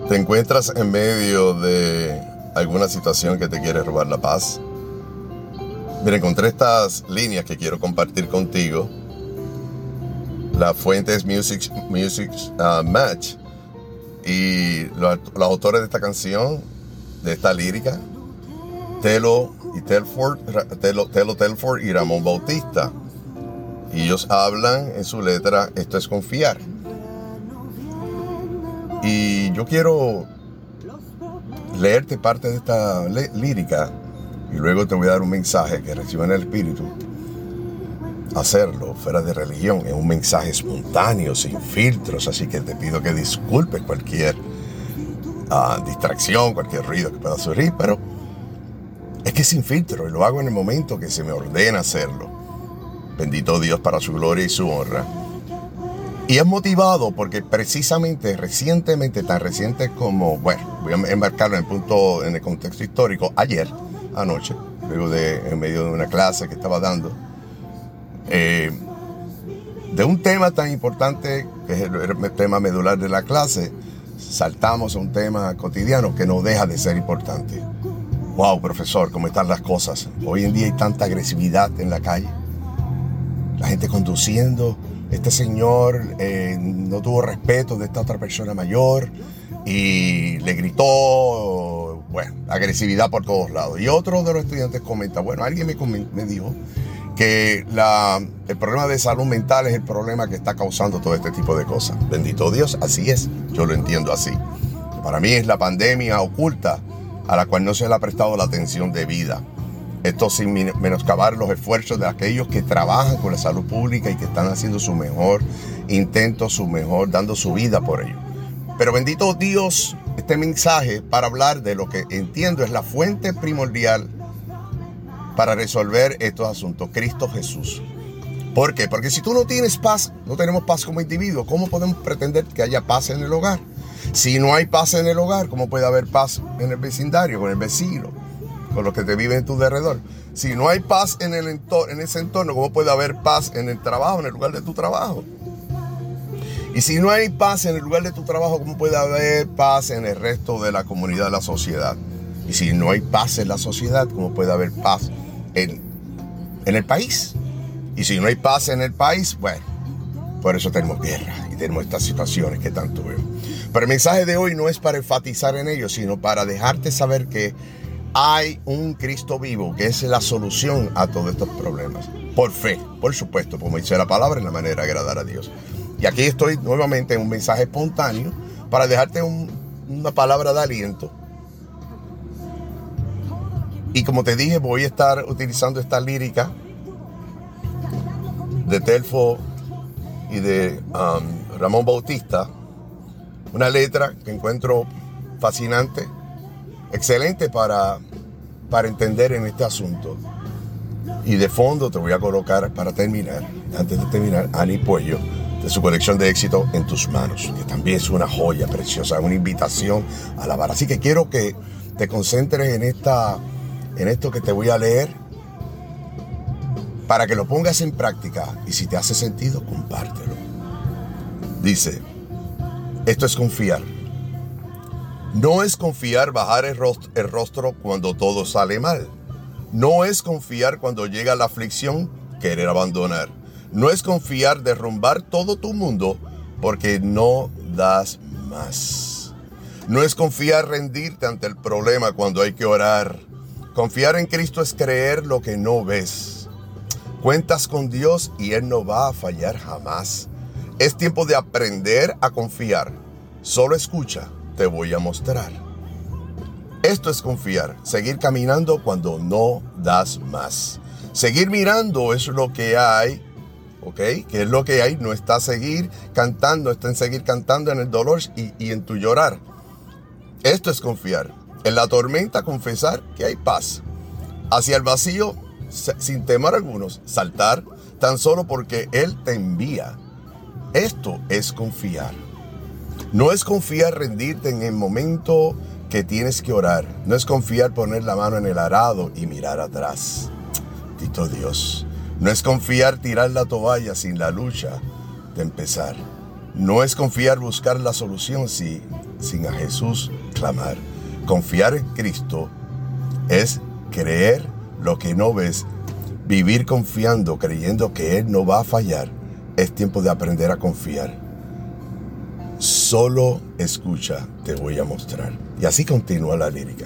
¿Te encuentras en medio de alguna situación que te quiere robar la paz? Mira, encontré estas líneas que quiero compartir contigo. La fuente es Music Match. Y los autores de esta canción, de esta lírica, Telo Telford y Ramón Bautista. Y ellos hablan en su letra, esto es confiar. Y yo quiero leerte parte de esta lírica y luego te voy a dar un mensaje que recibo en el espíritu. Hacerlo fuera de religión es un mensaje espontáneo, sin filtros, así que te pido que disculpes cualquier distracción, cualquier ruido que pueda surgir, pero es que es sin filtro y lo hago en el momento que se me ordena hacerlo. Bendito Dios para su gloria y su honra. Y es motivado porque precisamente recientemente, tan reciente como, bueno, voy a enmarcarlo en el contexto histórico, ayer, anoche, luego en medio de una clase que estaba dando, de un tema tan importante, que es el tema medular de la clase, saltamos a un tema cotidiano que no deja de ser importante. Wow, profesor, ¿cómo están las cosas? Hoy en día hay tanta agresividad en la calle. La gente conduciendo. Este señor no tuvo respeto de esta otra persona mayor y le gritó, bueno, agresividad por todos lados. Y otro de los estudiantes comenta, bueno, alguien me dijo que el problema de salud mental es el problema que está causando todo este tipo de cosas. Bendito Dios, así es, yo lo entiendo así. Para mí es la pandemia oculta a la cual no se le ha prestado la atención debida. Esto sin menoscabar los esfuerzos de aquellos que trabajan con la salud pública y que están haciendo su mejor intento, dando su vida por ello. Pero bendito Dios, este mensaje para hablar de lo que entiendo es la fuente primordial para resolver estos asuntos, Cristo Jesús. ¿Por qué? Porque si tú no tienes paz, no tenemos paz como individuo, ¿cómo podemos pretender que haya paz en el hogar? Si no hay paz en el hogar, ¿cómo puede haber paz en el vecindario, con el vecino, con los que te viven en tu alrededor? Si no hay paz en ese entorno, ¿cómo puede haber paz en el trabajo, en el lugar de tu trabajo? Y si no hay paz en el lugar de tu trabajo, ¿cómo puede haber paz en el resto de la comunidad, de la sociedad? Y si no hay paz en la sociedad, ¿cómo puede haber paz en el país? Y si no hay paz en el país, bueno, por eso tenemos guerra y tenemos estas situaciones que tanto vemos. Pero el mensaje de hoy no es para enfatizar en ello, sino para dejarte saber que hay un Cristo vivo que es la solución a todos estos problemas. Por fe, por supuesto, como dice la palabra, en la manera de agradar a Dios. Y aquí estoy nuevamente en un mensaje espontáneo para dejarte una palabra de aliento. Y como te dije, voy a estar utilizando esta lírica de Telfo y de Ramón Bautista. Una letra que encuentro fascinante, excelente para entender en este asunto. Y de fondo te voy a colocar, para terminar, antes de terminar, Ani Puello, de su colección de éxito En tus manos, que también es una joya preciosa, una invitación a alabar. Así que quiero que te concentres en esto que te voy a leer, para que lo pongas en práctica, y si te hace sentido, compártelo. Dice, esto es confiar. No es confiar bajar el rostro cuando todo sale mal. No es confiar cuando llega la aflicción, querer abandonar. No es confiar derrumbar todo tu mundo porque no das más. No es confiar rendirte ante el problema cuando hay que orar. Confiar en Cristo es creer lo que no ves. Cuentas con Dios y Él no va a fallar jamás. Es tiempo de aprender a confiar. Solo escucha, te voy a mostrar. Esto es confiar, seguir caminando cuando no das más. Seguir mirando es lo que hay, ¿ok? Que es lo que hay, no está seguir cantando, está en seguir cantando en el dolor y en tu llorar. Esto es confiar. En la tormenta confesar que hay paz. Hacia el vacío, sin temor algunos, saltar tan solo porque Él te envía. Esto es confiar. No es confiar rendirte en el momento que tienes que orar. No es confiar poner la mano en el arado y mirar atrás. Bendito Dios. No es confiar tirar la toalla sin la lucha de empezar. No es confiar, buscar la solución sin a Jesús clamar. Confiar en Cristo es creer lo que no ves, vivir confiando, creyendo que Él no va a fallar. Es tiempo de aprender a confiar. Solo escucha, te voy a mostrar. Y así continúa la lírica.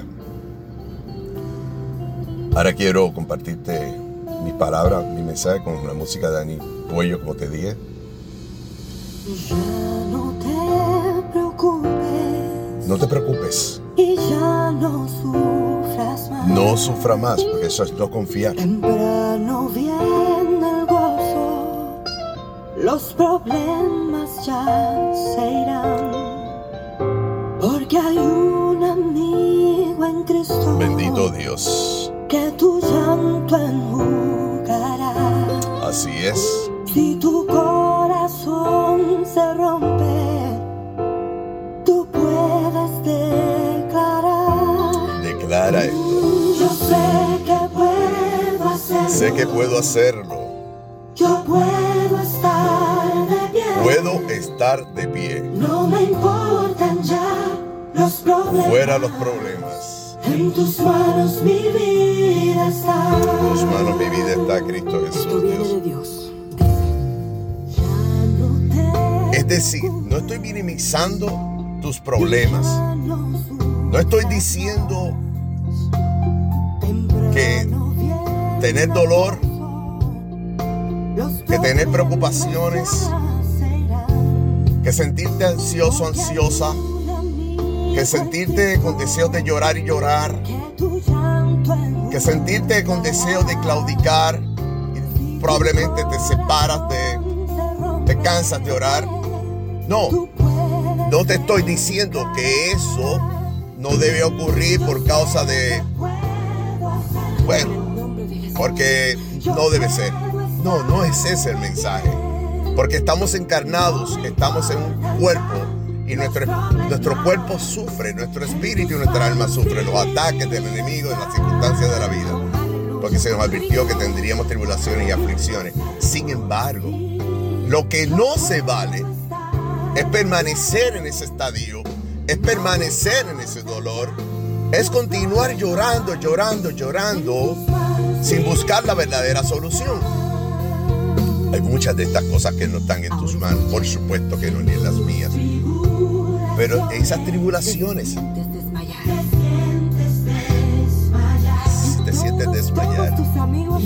Ahora quiero compartirte mis palabras, mi mensaje con la música de Dani Puello, como te dije. Ya no te preocupes. No te preocupes. Y ya no sufras más. No sufra más, porque eso es no confiar. Temprano viene el gozo. Los problemas ya se irán. Porque hay un amigo en Cristo. Bendito Dios. Que tu llanto enjugará. Así es. Si tu corazón se rompe, tú puedes declarar. Declara esto. Yo sé que puedo hacerlo. Sé que puedo hacerlo. Yo puedo estar de pie. Puedo estar de pie. No me importan ya los problemas. Fuera los problemas. En tus manos mi vida está. En tus manos mi vida está, Cristo Esto Jesús. viene Dios. de Dios. Ya no te Es decir, no estoy minimizando tus problemas. No estoy diciendo que tener dolor, que tener preocupaciones, que sentirte ansioso, ansiosa, que sentirte con deseos de llorar y llorar, que sentirte con deseos de claudicar y probablemente te separas, te cansas de orar. No te estoy diciendo que eso no debe ocurrir por causa de, porque no debe ser. No es ese el mensaje. Porque estamos encarnados, estamos en un cuerpo y nuestro cuerpo sufre, nuestro espíritu y nuestra alma sufren los ataques del enemigo en las circunstancias de la vida. Porque se nos advirtió que tendríamos tribulaciones y aflicciones. Sin embargo, lo que no se vale es permanecer en ese estadio, es permanecer en ese dolor, es continuar llorando sin buscar la verdadera solución. Hay muchas de estas cosas que no están en tus manos, por supuesto que no, ni en las mías. Pero esas tribulaciones, si te sientes desmayar, todos tus amigos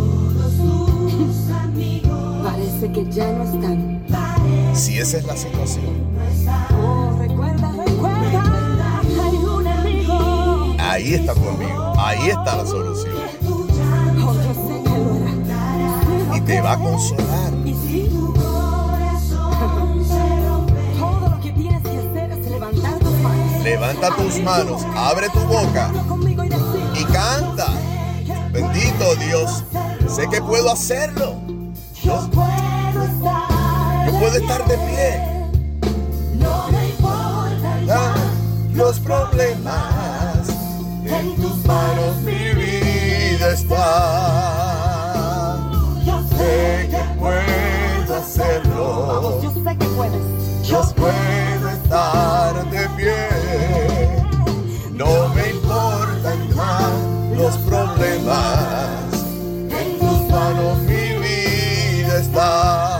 parece que ya no están. si esa es la situación, Oh, recuerda, hay un amigo. ahí está tu amigo, ahí está la solución. Oh, yo sé que lo hará. Y te va a consolar. Y si tu corazón se rompe, todo lo que tienes que hacer es levantar tus manos. Levanta tus manos, abre tu boca Conmigo y decir, y canta. Bendito Dios, sé que puedo hacerlo. yo Puedo estar de pie. no me importa Ya los problemas, en tus manos mi vida está. yo Sé que puedo hacerlo. yo sé que puedes. Yo puedo estar de pie. No me importan más los problemas. En tus manos mi vida está.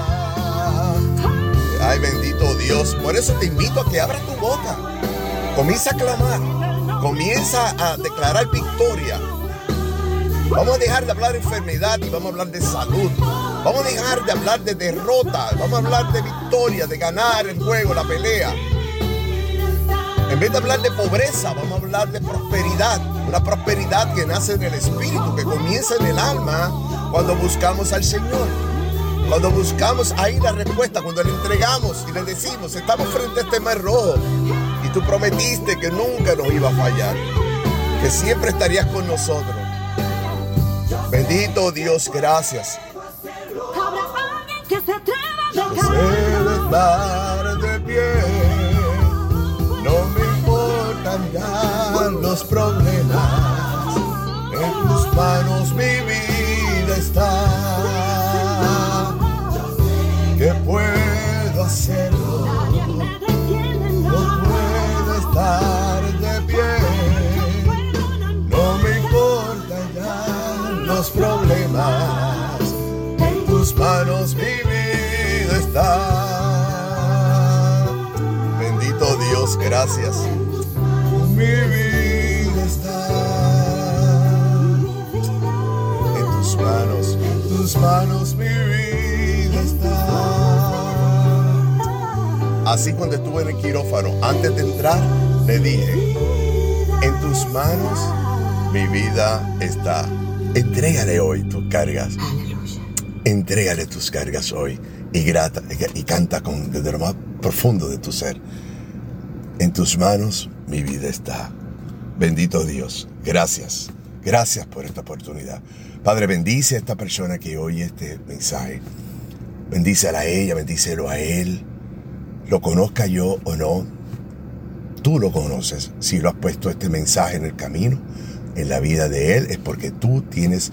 Ay, bendito Dios. Por eso te invito a que abras tu boca. Comienza a clamar. Comienza a declarar victoria. Vamos a dejar de hablar de enfermedad y vamos a hablar de salud. Vamos a dejar de hablar de derrota. Vamos a hablar de victoria, de ganar el juego, la pelea. En vez de hablar de pobreza, vamos a hablar de prosperidad. Una prosperidad que nace en el espíritu, que comienza en el alma cuando buscamos al Señor. Cuando buscamos ahí la respuesta, cuando le entregamos y le decimos, estamos frente a este mar rojo y tú prometiste que nunca nos iba a fallar, que siempre estarías con nosotros. Bendito Dios, gracias. Habrá alguien que se atreva a Yo dejar. sé estar de pie, no me importan ya los problemas, en tus manos mi vida está. ¿Qué puedo hacer? Dios, gracias. Mi vida está en tus manos mi vida está. Así cuando estuve en el quirófano, antes de entrar, le dije, en tus manos mi vida está. Entrégale hoy tus cargas. Aleluya. Entrégale tus cargas hoy y canta desde lo más profundo de tu ser. En tus manos mi vida está. Bendito Dios. Gracias. Gracias por esta oportunidad. Padre, bendice a esta persona que oye este mensaje. Bendícela a ella, bendícelo a él. Lo conozca yo o no, tú lo conoces. Si lo has puesto este mensaje en el camino, en la vida de él, es porque tú tienes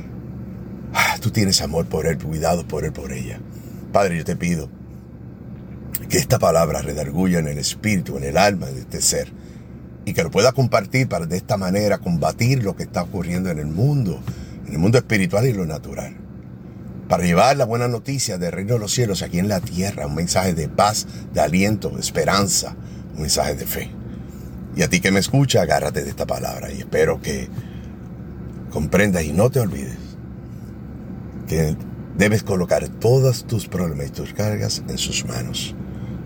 amor por él, cuidado por él, por ella. Padre, yo te pido que esta palabra redarguya en el espíritu, en el alma de este ser, y que lo pueda compartir para de esta manera combatir lo que está ocurriendo en el mundo espiritual y lo natural. Para llevar la buena noticia del reino de los cielos aquí en la tierra, un mensaje de paz, de aliento, de esperanza, un mensaje de fe. Y a ti que me escucha, agárrate de esta palabra y espero que comprendas y no te olvides que debes colocar todos tus problemas y tus cargas en sus manos.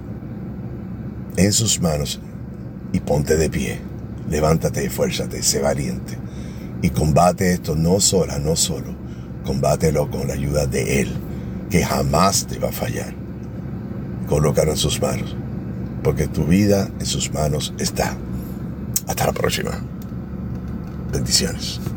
En sus manos, y ponte de pie. Levántate, esfuérzate, sé valiente. Y combate esto no solo. Combátelo con la ayuda de Él, que jamás te va a fallar. Colócalo en sus manos, porque tu vida en sus manos está. Hasta la próxima. Bendiciones.